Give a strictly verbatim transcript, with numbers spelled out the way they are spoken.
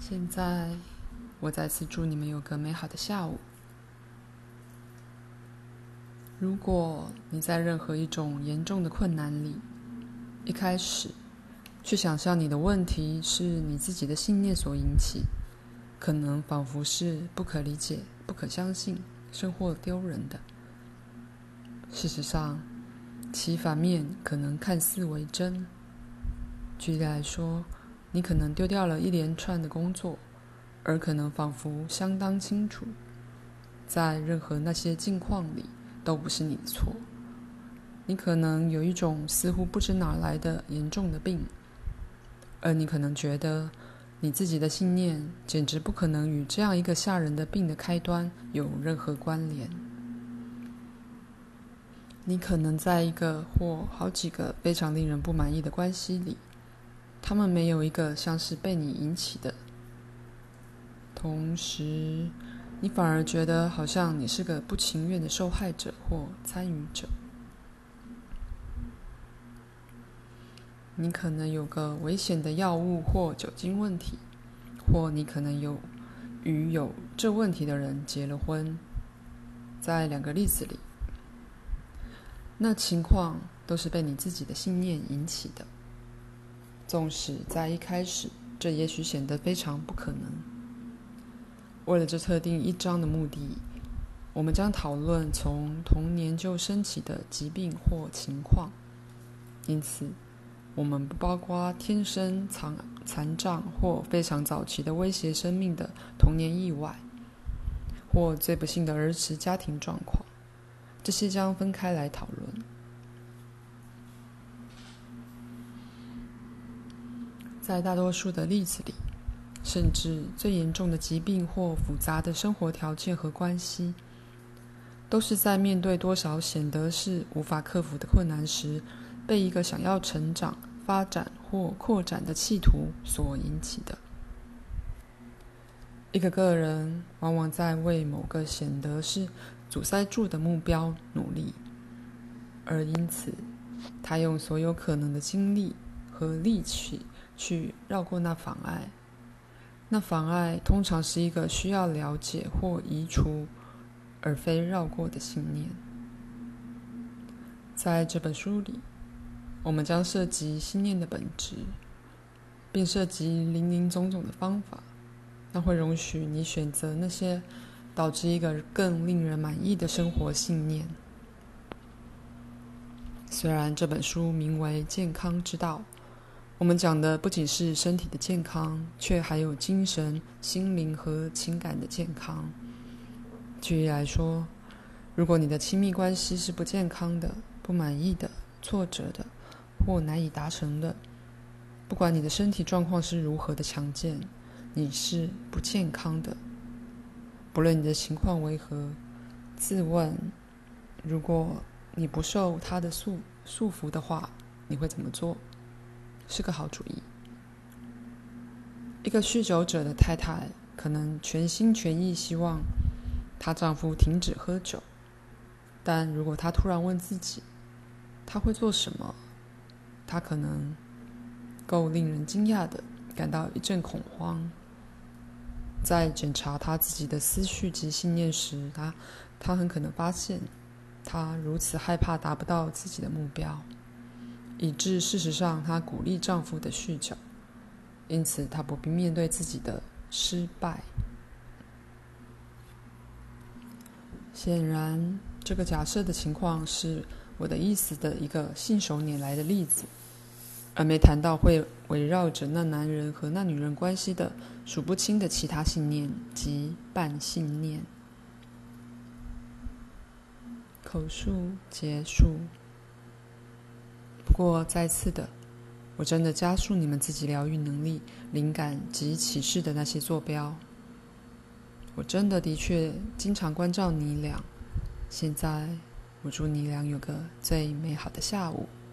现在，我再次祝你们有个美好的下午。如果你在任何一种严重的困难里，一开始去想象你的问题是你自己的信念所引起，可能仿佛是不可理解、不可相信，甚或丢人的。事实上，其反面可能看似为真。举例来说，你可能丢掉了一连串的工作，而可能仿佛相当清楚，在任何那些境况里都不是你的错。你可能有一种似乎不知哪来的严重的病，而你可能觉得你自己的信念简直不可能与这样一个吓人的病的开端有任何关联。你可能在一个或好几个非常令人不满意的关系里，他们没有一个像是被你引起的，同时你反而觉得好像你是个不情愿的受害者或参与者。你可能有个危险的药物或酒精问题，或你可能有与有这问题的人结了婚。在两个例子里，那情况都是被你自己的信念引起的，纵使在一开始这也许显得非常不可能。为了这特定一章的目的，我们将讨论从童年就升起的疾病或情况，因此我们不包括天生残残障或非常早期的威胁生命的童年意外，或最不幸的儿时家庭状况，这些将分开来讨论。在大多数的例子里，甚至最严重的疾病或复杂的生活条件和关系，都是在面对多少显得是无法克服的困难时，被一个想要成长、发展或扩展的企图所引起的。一个个人往往在为某个显得是阻塞住的目标努力，而因此他用所有可能的精力和力气去绕过那妨碍。那妨碍通常是一个需要了解或移除，而非绕过的信念。在这本书里，我们将涉及信念的本质，并涉及林林总总的方法，那会容许你选择那些导致一个更令人满意的生活信念。虽然这本书名为《健康之道》，我们讲的不仅是身体的健康，却还有精神、心灵和情感的健康。举例来说，如果你的亲密关系是不健康的、不满意的、挫折的或难以达成的，不管你的身体状况是如何的强健，你是不健康的。不论你的情况为何，自问，如果你不受他的束束缚的话，你会怎么做？是个好主意。一个酗酒者的太太可能全心全意希望她丈夫停止喝酒，但如果她突然问自己她会做什么，她可能够令人惊讶的感到一阵恐慌。在检查她自己的思绪及信念时，她她很可能发现她如此害怕达不到自己的目标，以致事实上她鼓励丈夫的酗酒，因此她不必面对自己的失败。显然，这个假设的情况是我的意思的一个信手拈来的例子，而没谈到会围绕着那男人和那女人关系的数不清的其他信念及半信念。口述结束。不过再次的，我真的加速你们自己疗愈能力、灵感及启示的那些坐标。我真的的确经常关照你俩。现在我祝你俩有个最美好的下午。